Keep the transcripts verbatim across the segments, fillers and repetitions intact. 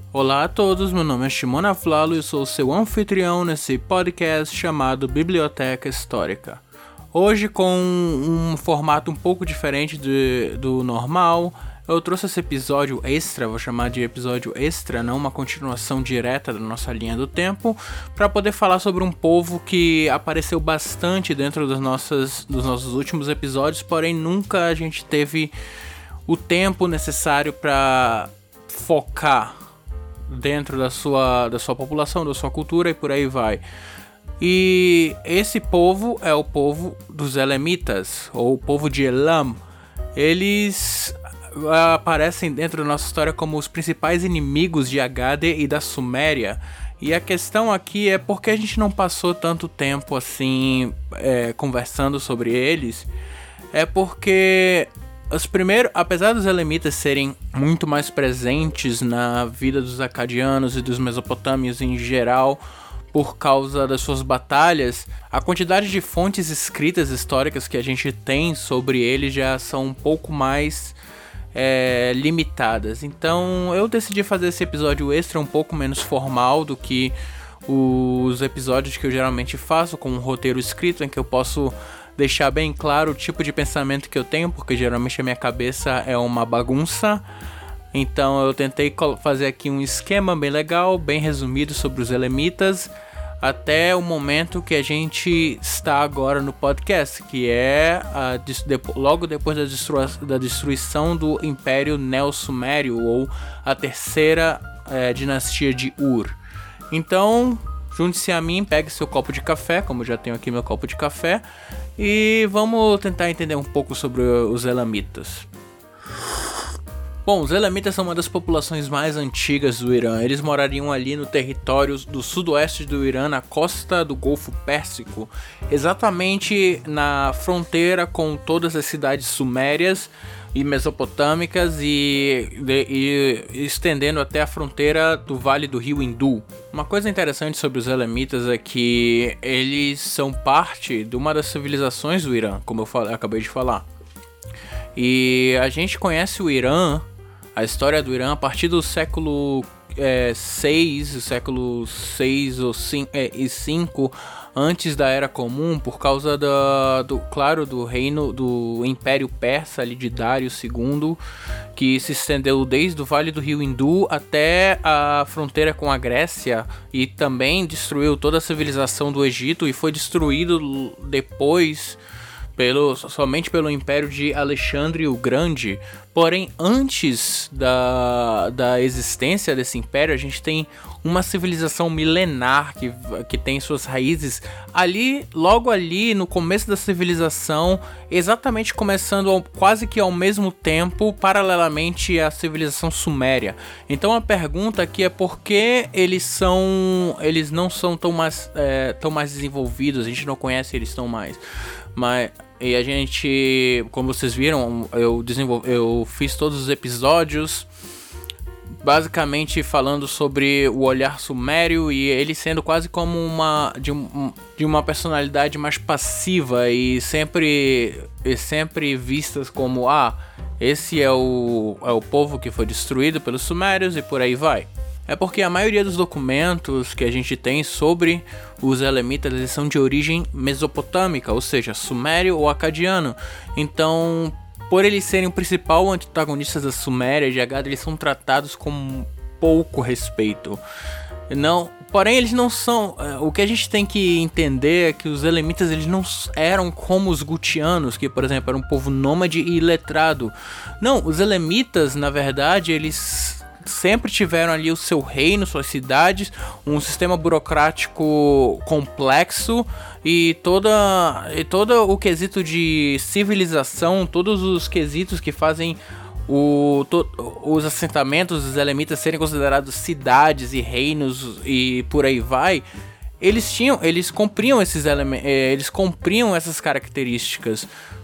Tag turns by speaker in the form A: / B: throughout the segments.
A: Olá a todos, meu nome é Shimon Aflalo e sou seu anfitrião nesse podcast chamado Biblioteca Histórica. Hoje, com um formato um pouco diferente de, do normal, eu trouxe esse episódio extra, vou chamar de episódio extra, não uma continuação direta da nossa linha do tempo, para poder falar sobre um povo que apareceu bastante dentro das nossas, dos nossos últimos episódios, porém nunca a gente teve o tempo necessário para focar dentro da sua, da sua população, da sua cultura e por aí vai. E esse povo é o povo dos Elamitas, ou o povo de Elam. Eles aparecem dentro da nossa história como os principais inimigos de Agade e da Suméria. E a questão aqui é por que a gente não passou tanto tempo assim é, conversando sobre eles. É porque os primeiros, apesar dos Elamitas serem muito mais presentes na vida dos acadianos e dos mesopotâmios em geral, por causa das suas batalhas, a quantidade de fontes escritas históricas que a gente tem sobre eles já são um pouco mais é, limitadas. Então eu decidi fazer esse episódio extra um pouco menos formal do que os episódios que eu geralmente faço, com um roteiro escrito em que eu posso deixar bem claro o tipo de pensamento que eu tenho, porque geralmente a minha cabeça é uma bagunça. Então eu tentei fazer aqui um esquema bem legal, bem resumido sobre os Elamitas, até o momento que a gente está agora no podcast, que é a, de, logo depois da, destrua, da destruição do Império Neo-Sumério, ou a terceira é, dinastia de Ur. Então junte-se a mim, pegue seu copo de café, como eu já tenho aqui meu copo de café, e vamos tentar entender um pouco sobre os Elamitas. Bom, os Elamitas são uma das populações mais antigas do Irã. Eles morariam ali no território do sudoeste do Irã, na costa do Golfo Pérsico, exatamente na fronteira com todas as cidades sumérias e mesopotâmicas e, de, e estendendo até a fronteira do Vale do Rio Hindu. Uma coisa interessante sobre os Elamitas é que eles são parte de uma das civilizações do Irã, como eu falei, acabei de falar. E a gente conhece o Irã, a história do Irã, a partir do século é, seis, século seis ou cinco, antes da Era Comum, por causa da, do, claro, do reino do Império Persa ali de Dário segundo, que se estendeu desde o Vale do Rio Hindu até a fronteira com a Grécia e também destruiu toda a civilização do Egito e foi destruído depois Pelo, somente pelo Império de Alexandre o Grande. Porém, antes da, da existência desse império, a gente tem uma civilização milenar que, que tem suas raízes ali, logo ali no começo da civilização, exatamente começando ao, quase que ao mesmo tempo, paralelamente à civilização suméria. Então a pergunta aqui é por que eles são, eles não são tão mais, é, tão mais desenvolvidos, a gente não conhece eles tão mais. Mas e a gente, como vocês viram, eu desenvolvi, eu fiz todos os episódios basicamente falando sobre o olhar sumério e ele sendo quase como uma de, um, de uma personalidade mais passiva e sempre e sempre vistas como ah, esse é o é o povo que foi destruído pelos sumérios e por aí vai. É porque a maioria dos documentos que a gente tem sobre os Elamitas eles são de origem mesopotâmica, ou seja, sumério ou acadiano. Então, por eles serem o principal antagonista da Suméria e de Agade, eles são tratados com pouco respeito. Não, porém, eles não são... O que a gente tem que entender é que os Elamitas eles não eram como os Gutianos, que, por exemplo, eram um povo nômade e iletrado. Não, os Elamitas, na verdade, eles sempre tiveram ali o seu reino, suas cidades, um sistema burocrático complexo e toda e todo o quesito de civilização, todos os quesitos que fazem o, to, os assentamentos dos Elamitas serem considerados cidades e reinos e por aí vai. Eles tinham, eles cumpriam esses elementos, eles cumpriam essas características.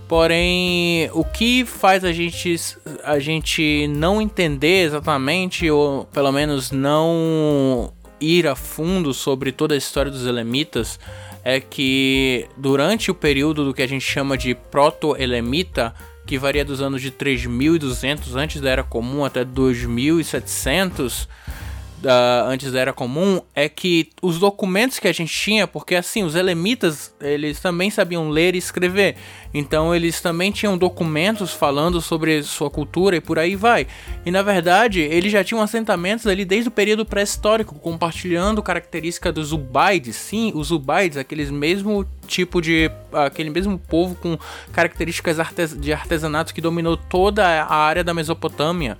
A: Porém, o que faz a gente, a gente não entender exatamente, ou pelo menos não ir a fundo sobre toda a história dos Elamitas, é que durante o período do que a gente chama de Proto-Elamita, que varia dos anos de três mil e duzentos antes da Era Comum até dois mil e setecentos, da, antes da Era Comum, é que os documentos que a gente tinha, porque assim, os elamitas, eles também sabiam ler e escrever, então eles também tinham documentos falando sobre sua cultura e por aí vai. E na verdade, eles já tinham assentamentos ali desde o período pré-histórico, compartilhando características dos Ubaides. Sim, os Ubaides, aqueles mesmo tipo de, aquele mesmo povo com características artes, de artesanato que dominou toda a área da Mesopotâmia.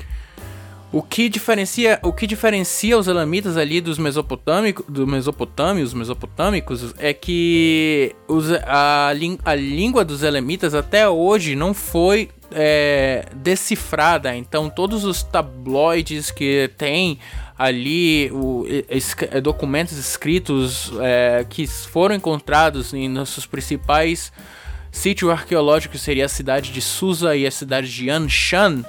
A: O que diferencia, o que diferencia os elamitas ali dos mesopotâmicos, do mesopotâmios, mesopotâmicos, é que os, a, a língua dos elamitas até hoje não foi é, decifrada. Então todos os tabloides que tem ali, o, es, documentos escritos é, que foram encontrados em nossos principais sítios arqueológicos, seria a cidade de Susa e a cidade de Anshan.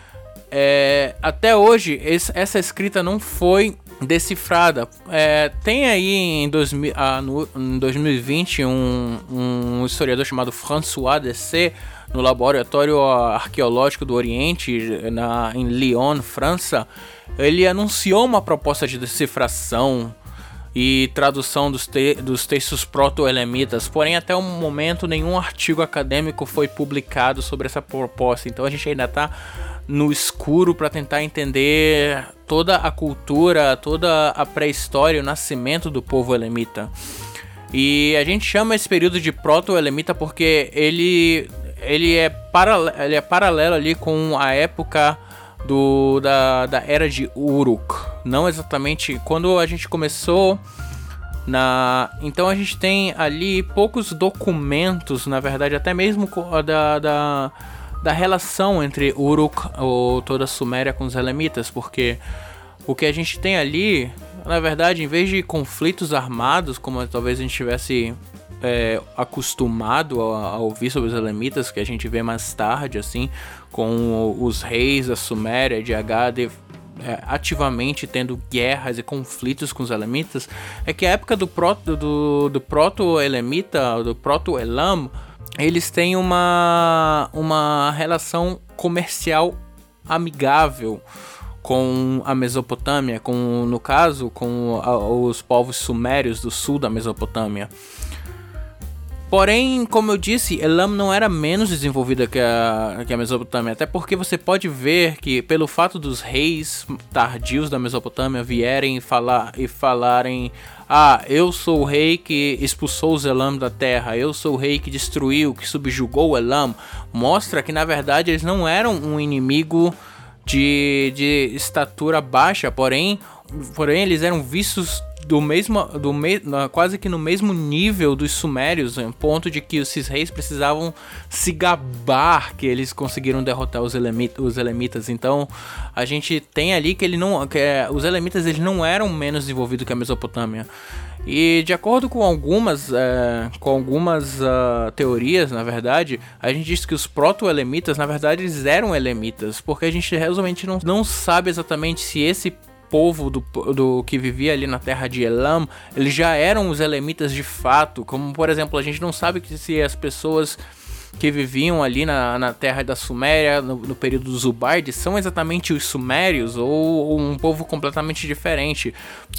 A: É, até hoje esse, essa escrita não foi decifrada. É, tem aí em, dois mil, ah, no, em dois mil e vinte um, um historiador chamado François Dessay, no Laboratório Arqueológico do Oriente, na, em Lyon, França. Ele anunciou uma proposta de decifração e tradução dos, te dos textos proto-elamitas, porém até o momento nenhum artigo acadêmico foi publicado sobre essa proposta, então a gente ainda está no escuro para tentar entender toda a cultura, toda a pré-história, o nascimento do povo elamita. E a gente chama esse período de proto-elamita porque ele, ele, é ele é paralelo ali com a época Do, da, da era de Uruk. Não exatamente quando a gente começou na... Então a gente tem ali poucos documentos, na verdade, até mesmo da, da, da relação entre Uruk ou toda a Suméria com os elamitas, porque o que a gente tem ali, na verdade, em vez de conflitos armados, como talvez a gente tivesse é, acostumado a, a ouvir sobre os elamitas, que a gente vê mais tarde, assim, com os reis da Suméria de Agade é, ativamente tendo guerras e conflitos com os elamitas, é que a época do, proto, do, do proto-elamita, do proto-elam, eles têm uma, uma relação comercial amigável com a Mesopotâmia, com, no caso, com a, os povos sumérios do sul da Mesopotâmia. Porém, como eu disse, Elam não era menos desenvolvida que a, que a Mesopotâmia, até porque você pode ver que, pelo fato dos reis tardios da Mesopotâmia vierem falar, e falarem: ah, eu sou o rei que expulsou os Elam da terra, eu sou o rei que destruiu, que subjugou o Elam, mostra que, na verdade, eles não eram um inimigo de, de estatura baixa, porém, porém eles eram vistos do mesmo, do me, quase que no mesmo nível dos sumérios, em ponto de que esses reis precisavam se gabar que eles conseguiram derrotar os, elamitas, os elamitas. Então a gente tem ali que, ele não, que é, os elamitas eles não eram menos desenvolvidos que a Mesopotâmia. E de acordo com algumas, é, com algumas uh, teorias, na verdade, a gente diz que os proto-elamitas, na verdade, eles eram elamitas, porque a gente realmente não, não sabe exatamente se esse povo do, do que vivia ali na terra de Elam, eles já eram os elamitas de fato, como por exemplo, a gente não sabe que se as pessoas que viviam ali na, na terra da Suméria, no, no período dos Ubaides, são exatamente os sumérios ou, ou um povo completamente diferente.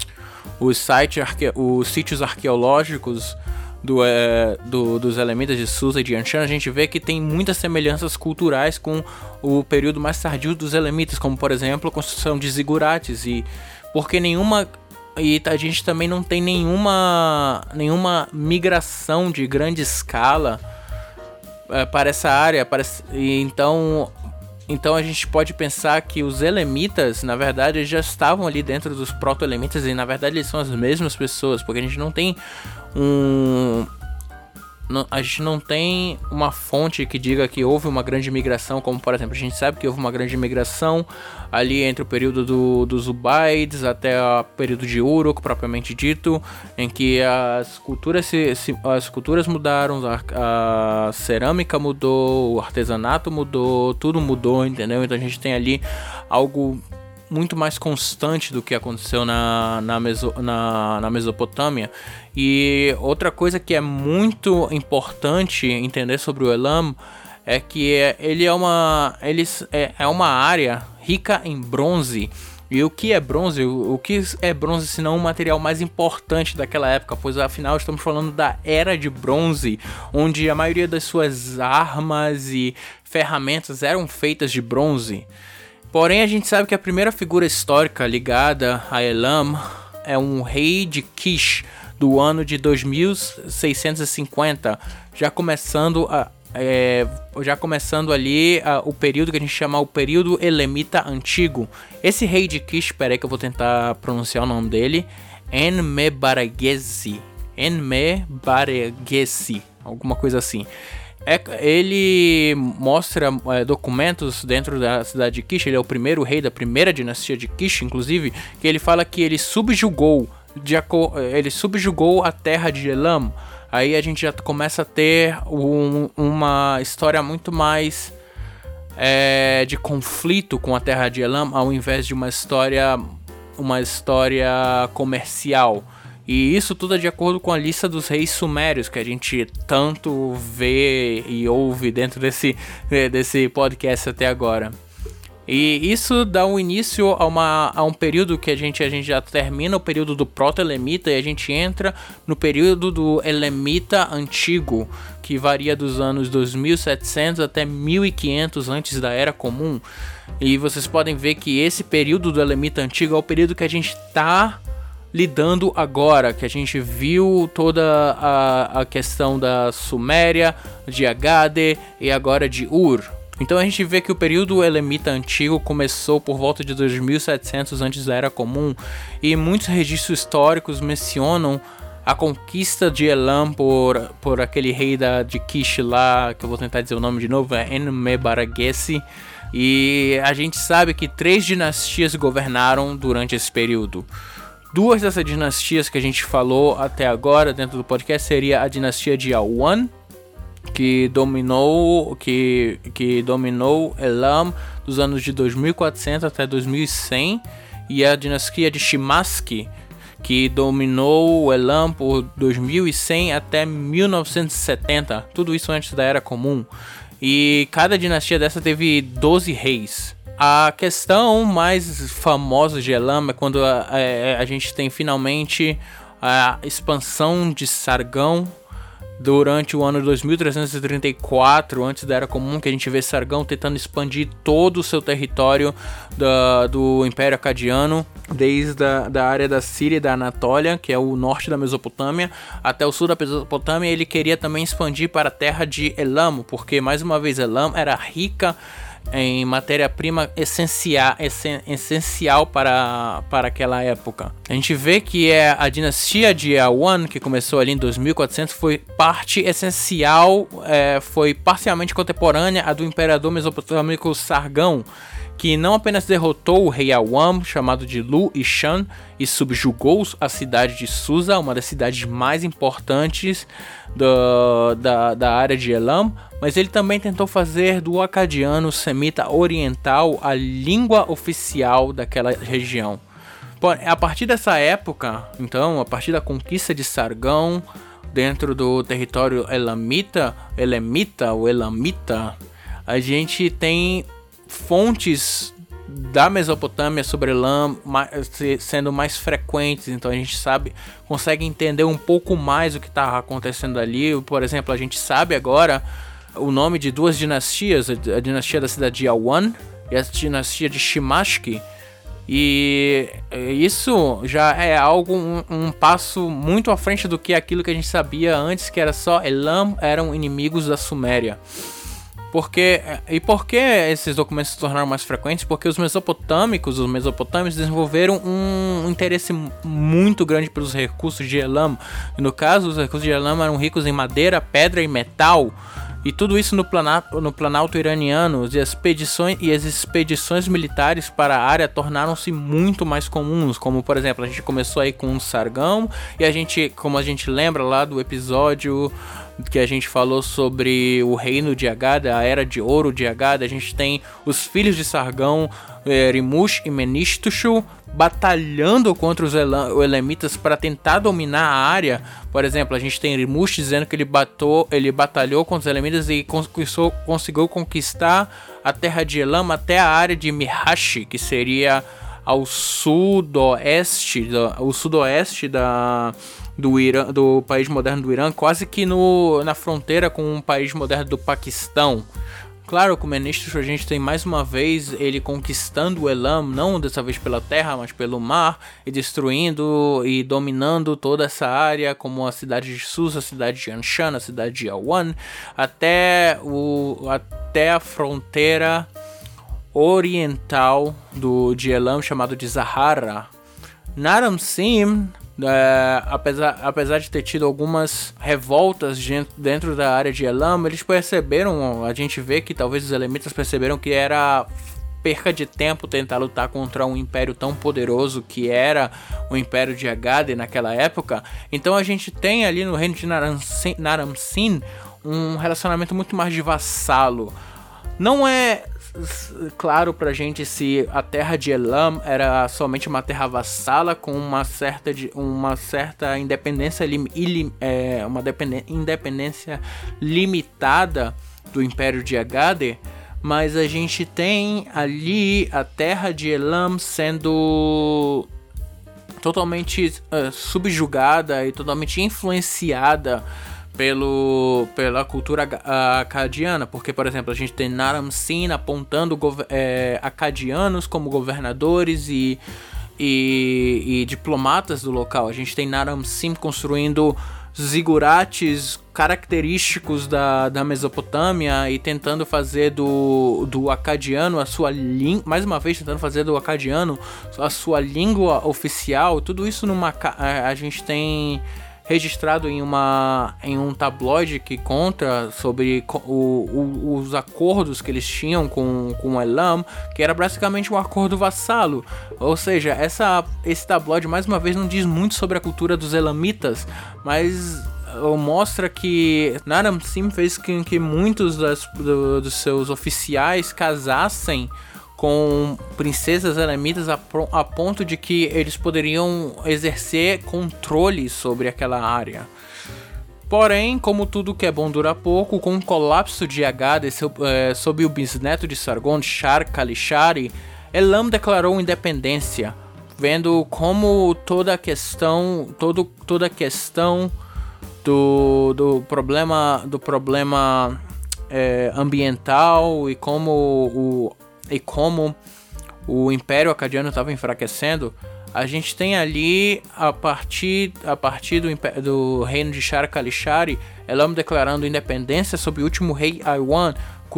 A: Os, site, arque, os sítios arqueológicos do, é, do, dos elamitas de Susa e de Anshan, a gente vê que tem muitas semelhanças culturais com o período mais tardio dos elamitas, como por exemplo a construção de zigurates, e porque nenhuma e a gente também não tem nenhuma nenhuma migração de grande escala é, para essa área, para, e então Então a gente pode pensar que os elamitas, na verdade, já estavam ali dentro dos proto-elamitas, e na verdade eles são as mesmas pessoas, porque a gente não tem um... Não, a gente não tem uma fonte que diga que houve uma grande migração, como por exemplo, a gente sabe que houve uma grande migração ali entre o período do, dos Ubaides até o período de Uruk, propriamente dito, em que as culturas, se, se, as culturas mudaram, a, a cerâmica mudou, o artesanato mudou, tudo mudou, entendeu? Então a gente tem ali algo muito mais constante do que aconteceu na, na, Meso, na, na Mesopotâmia. E outra coisa que é muito importante entender sobre o Elam é que ele é uma, ele é, é uma área rica em bronze, E o que é bronze? O que é bronze senão o material mais importante daquela época? Pois afinal estamos falando da Era de Bronze, onde a maioria das suas armas e ferramentas eram feitas de bronze. Porém, a gente sabe que a primeira figura histórica ligada a Elam é um rei de Kish do ano de dois mil seiscentos e cinquenta, já começando a É, já começando ali uh, o período que a gente chama o período Elamita Antigo. Esse rei de Kish, peraí que eu vou tentar pronunciar o nome dele, Enmebaragesi, Enmebaragesi, alguma coisa assim. É, ele mostra é, documentos dentro da cidade de Kish, ele é o primeiro rei da primeira dinastia de Kish, inclusive, que ele fala que ele subjugou, de, ele subjugou a terra de Elam. Aí a gente já começa a ter um, uma história muito mais é, de conflito com a terra de Elam, ao invés de uma história, uma história comercial. E isso tudo é de acordo com a lista dos reis sumérios, que a gente tanto vê e ouve dentro desse, desse podcast até agora. E isso dá um início a, uma, a um período que a gente, a gente já termina o período do proto-Elamita e a gente entra no período do Elamita Antigo, que varia dos anos dois mil e setecentos até mil e quinhentos antes da Era Comum. E vocês podem ver que esse período do Elamita Antigo é o período que a gente está lidando agora, que a gente viu toda a, a questão da Suméria, de Agade e agora de Ur. Então a gente vê que o período Elamita Antigo começou por volta de dois mil e setecentos antes da Era Comum, e muitos registros históricos mencionam a conquista de Elam por, por aquele rei da, de Kish lá, que eu vou tentar dizer o nome de novo, é Enmebaragesi, e a gente sabe que três dinastias governaram durante esse período. Duas dessas dinastias que a gente falou até agora dentro do podcast seria a dinastia de Awan, que dominou, que, que dominou Elam dos anos de dois mil e quatrocentos até dois mil e cem, e a dinastia de Shimaski, que dominou Elam por dois mil e cem até mil novecentos e setenta, tudo isso antes da Era Comum, e cada dinastia dessa teve doze reis. A questão mais famosa de Elam é quando a, a, a gente tem finalmente a expansão de Sargão, durante o ano dois mil trezentos e trinta e quatro, antes da Era Comum, que a gente vê Sargão tentando expandir todo o seu território da, do Império Acadiano, desde a da área da Síria e da Anatólia, que é o norte da Mesopotâmia, até o sul da Mesopotâmia. Ele queria também expandir para a terra de Elam, porque, mais uma vez, Elam era rica em matéria-prima essencial, essen, essencial para, para aquela época. A gente vê que é a dinastia de Awan, que começou ali em dois mil e quatrocentos, foi parte essencial, é, foi parcialmente contemporânea à do imperador mesopotâmico Sargão, que não apenas derrotou o rei Awan, chamado de Lu Ishan, e subjugou a cidade de Susa, uma das cidades mais importantes do, da, da área de Elam, mas ele também tentou fazer do acadiano semita oriental a língua oficial daquela região. A partir dessa época, então, a partir da conquista de Sargão dentro do território elamita, elamita ou elamita, a gente tem fontes da Mesopotâmia sobre Elam sendo mais frequentes, então a gente sabe, consegue entender um pouco mais o que está acontecendo ali. Por exemplo, a gente sabe agora o nome de duas dinastias, a dinastia da cidade de Awan e a dinastia de Shimashki, e isso já é algo, um, um passo muito à frente do que aquilo que a gente sabia antes, que era só Elam eram inimigos da Suméria. Porque, e por que esses documentos se tornaram mais frequentes? Porque os mesopotâmicos, os mesopotâmios desenvolveram um interesse muito grande pelos recursos de Elam. No caso, os recursos de Elam eram ricos em madeira, pedra e metal. E tudo isso no planalto, no planalto iraniano, e as, expedições, e as expedições militares para a área tornaram-se muito mais comuns. Como, por exemplo, a gente começou aí com um Sargão, e a gente, como a gente lembra lá do episódio que a gente falou sobre o reino de Agade, a era de ouro de Agade, a gente tem os filhos de Sargão, eh, Rimush e Menishtushu, batalhando contra os Elam, Elamitas para tentar dominar a área. Por exemplo, a gente tem Rimush dizendo que ele, batou, ele batalhou contra os Elamitas e conquistou, conseguiu conquistar a terra de Elam até a área de Mihashi, que seria ao sudoeste, do, o sudoeste da, do, Irã, do país moderno do Irã, quase que no, na fronteira com o país moderno do Paquistão. Claro, como ministro, a gente tem mais uma vez ele conquistando o Elam, não dessa vez pela terra, mas pelo mar, e destruindo e dominando toda essa área, como a cidade de Susa, a cidade de Anshan, a cidade de Awan, até, o, até a fronteira oriental do, de Elam, chamado de Zahara. Naram-Sin, É, apesar, apesar de ter tido algumas revoltas dentro da área de Elam, eles perceberam, a gente vê que talvez os elamitas perceberam que era perca de tempo tentar lutar contra um império tão poderoso que era o Império de Agade naquela época. Então a gente tem ali no reino de Naram-Sin, Naram-Sin um relacionamento muito mais de vassalo. Não é claro pra gente se a terra de Elam era somente uma terra vassala com uma certa, de, uma certa independência, lim, ilim, é, uma independência limitada do Império de Agade, mas a gente tem ali a terra de Elam sendo totalmente uh, subjugada e totalmente influenciada Pelo, pela cultura acadiana, porque, por exemplo, a gente tem Naram-Sin apontando é, acadianos como governadores e, e, e diplomatas do local. A gente tem Naram-Sin construindo zigurates característicos da, da Mesopotâmia e tentando fazer do, do acadiano a sua língua, mais uma vez tentando fazer do acadiano a sua língua oficial. Tudo isso numa a, a gente tem registrado em, uma, em um tabloide que conta sobre o, o, os acordos que eles tinham com, com o Elam, que era basicamente um acordo vassalo. Ou seja, essa, esse tabloide mais uma vez não diz muito sobre a cultura dos elamitas, mas mostra que Naram-Sin fez com que muitos das, do, dos seus oficiais casassem com princesas elamitas a, a ponto de que eles poderiam exercer controle sobre aquela área. Porém, como tudo que é bom dura pouco, com o colapso de Agade é, sob o bisneto de Sargon, Shar-Kalishari, Elam declarou independência, vendo como toda a questão, todo, toda a questão do, do problema, do problema é, ambiental e como o E como o Império Acadiano estava enfraquecendo, a gente tem ali, a partir, a partir do, do reino de Shar-Kalishari, Elam declarando independência sobre o último rei Aiwan,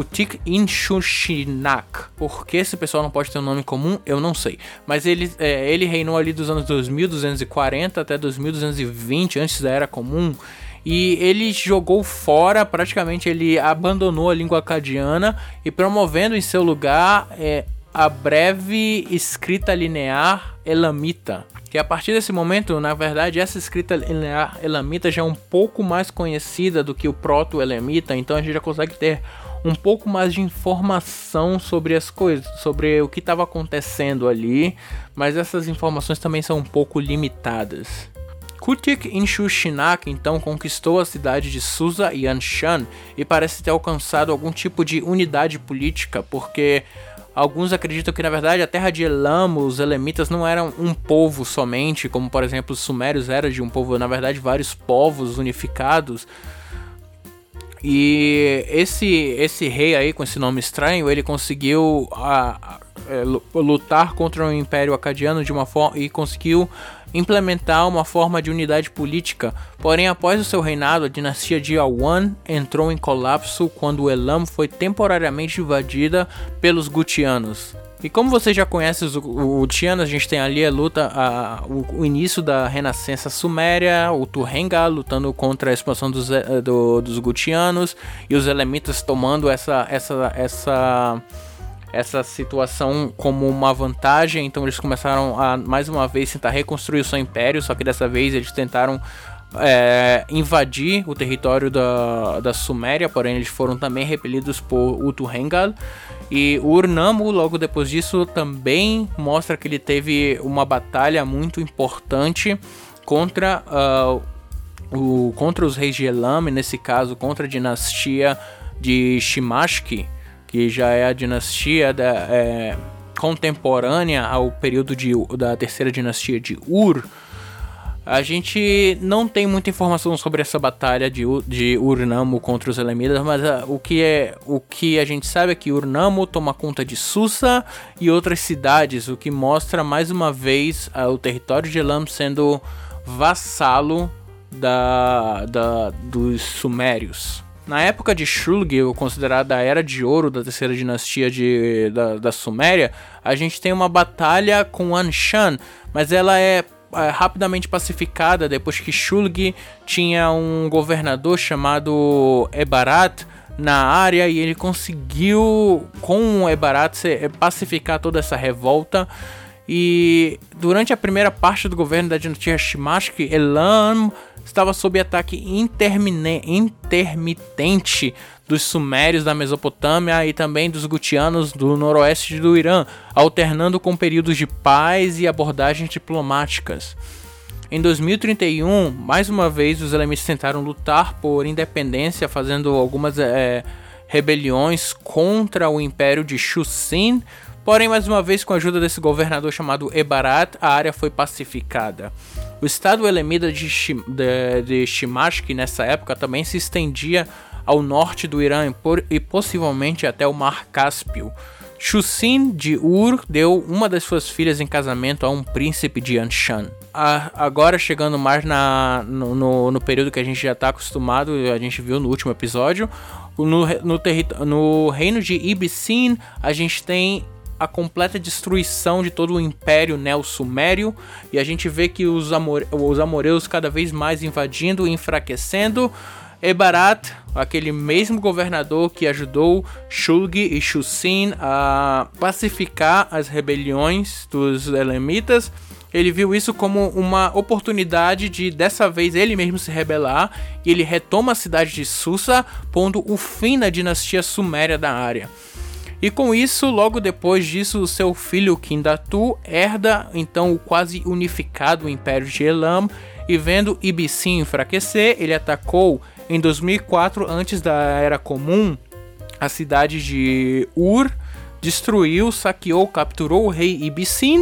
A: Kutik-Inshushinak. Por que esse pessoal não pode ter um nome comum, eu não sei. Mas ele, é, ele reinou ali dos anos dois mil duzentos e quarenta até dois mil duzentos e vinte, antes da Era Comum. E ele jogou fora, praticamente ele abandonou a língua acadiana e promovendo em seu lugar é, a breve escrita linear elamita. Que a partir desse momento, na verdade, essa escrita linear elamita já é um pouco mais conhecida do que o proto-elamita, então a gente já consegue ter um pouco mais de informação sobre as coisas, sobre o que estava acontecendo ali, mas essas informações também são um pouco limitadas. Kutik-Inshushinak então conquistou a cidade de Susa e Anshan e parece ter alcançado algum tipo de unidade política, porque alguns acreditam que na verdade a terra de Elam, os elamitas, não eram um povo somente, como por exemplo os sumérios eram de um povo, na verdade vários povos unificados. E esse, esse rei aí com esse nome estranho, ele conseguiu a, a, a, lutar contra o Império Acadiano de uma forma e conseguiu implementar uma forma de unidade política. Porém, após o seu reinado, a dinastia de Awan entrou em colapso quando o Elam foi temporariamente invadida pelos Gutianos. E como você já conhece os Gutianos, a gente tem ali a luta, a, o, o início da renascença suméria, o Turenga lutando contra a expansão dos, do, dos Gutianos e os elamitas tomando essa, essa, essa, essa situação como uma vantagem. Então eles começaram a mais uma vez tentar reconstruir o seu império, só que dessa vez eles tentaram É, invadir o território da, da Suméria, porém eles foram também repelidos por Utu-Rengal. E o Ur-Nammu, logo depois disso, também mostra que ele teve uma batalha muito importante contra, uh, o, contra os reis de Elam, nesse caso contra a dinastia de Shimashki, que já é a dinastia da, é, contemporânea ao período de, da terceira dinastia de Ur, a gente não tem muita informação sobre essa batalha de, de Ur-Nammu contra os Elamitas, mas uh, o, que é, o que a gente sabe é que Ur-Nammu toma conta de Susa e outras cidades, o que mostra mais uma vez uh, o território de Elam sendo vassalo da, da, dos Sumérios. Na época de Shulgi, considerada a Era de Ouro da terceira dinastia de, da, da Suméria, a gente tem uma batalha com Anshan, mas ela é É, rapidamente pacificada depois que Shulgi tinha um governador chamado Ebarat na área e ele conseguiu com Ebarat pacificar toda essa revolta. E durante a primeira parte do governo da dinastia Shimashki, Elam estava sob ataque intermitente dos sumérios da Mesopotâmia e também dos gutianos do noroeste do Irã, alternando com períodos de paz e abordagens diplomáticas. Em dois mil e trinta e um, mais uma vez, os elamitas tentaram lutar por independência, fazendo algumas é, rebeliões contra o império de Shusin. Porém, mais uma vez, com a ajuda desse governador chamado Ebarat, a área foi pacificada. O estado elamita de, Shim, de, de Shimashki, nessa época, também se estendia ao norte do Irã e, por, e possivelmente até o Mar Cáspio. Shusin de Ur deu uma das suas filhas em casamento a um príncipe de Anshan. A, agora, chegando mais na, no, no, no período que a gente já está acostumado, a gente viu no último episódio, no, no, no reino de Ibicin, a gente tem a completa destruição de todo o Império Neo-Sumério, e a gente vê que os, amore, os amoreus cada vez mais invadindo e enfraquecendo. Ebarat, aquele mesmo governador que ajudou Shulgi e Shusin a pacificar as rebeliões dos elamitas, ele viu isso como uma oportunidade de, dessa vez, ele mesmo se rebelar, e ele retoma a cidade de Susa, pondo o fim na dinastia suméria da área. E com isso, logo depois disso, o seu filho Kindatu herda então o quase unificado Império de Elam, e vendo Ibicin enfraquecer, ele atacou em dois mil e quatro, antes da Era Comum, a cidade de Ur, destruiu, saqueou, capturou o rei Ibicin,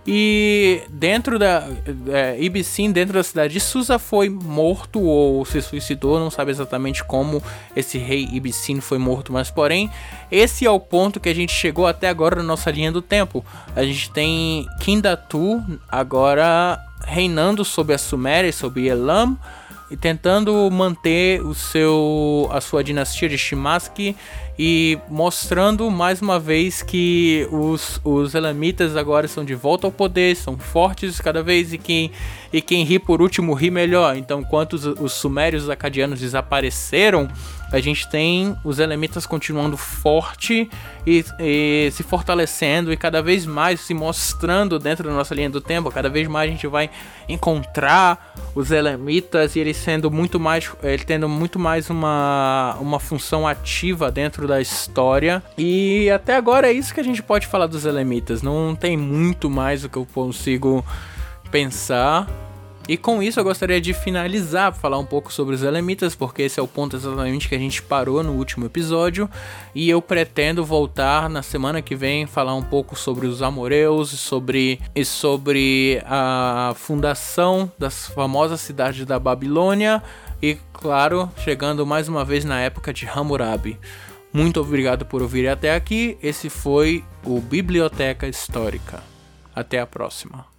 A: e dentro da é, Ibicin, dentro da cidade de Susa, foi morto ou se suicidou, não sabe exatamente como esse rei Ibicin foi morto, mas porém, esse é o ponto que a gente chegou até agora na nossa linha do tempo. A gente tem Kindatu agora reinando sobre a Suméria, sobre Elam, e tentando manter o seu, a sua dinastia de Shimashki, e mostrando mais uma vez que os, os elamitas agora estão de volta ao poder, são fortes cada vez, e quem, e quem ri por último ri melhor. Então, enquanto os, os sumérios e os acadianos desapareceram, a gente tem os elamitas continuando forte e, e se fortalecendo e cada vez mais se mostrando dentro da nossa linha do tempo. Cada vez mais a gente vai encontrar os elamitas e eles sendo muito mais, ele tendo muito mais uma, uma função ativa dentro da história. E até agora é isso que a gente pode falar dos elamitas. Não tem muito mais o que eu consigo pensar. E com isso eu gostaria de finalizar, falar um pouco sobre os elamitas, porque esse é o ponto exatamente que a gente parou no último episódio, e eu pretendo voltar na semana que vem falar um pouco sobre os amoreus sobre, e sobre a fundação das famosas cidades da Babilônia, e claro, chegando mais uma vez na época de Hammurabi. Muito obrigado por ouvir até aqui, esse foi o Biblioteca Histórica. Até a próxima.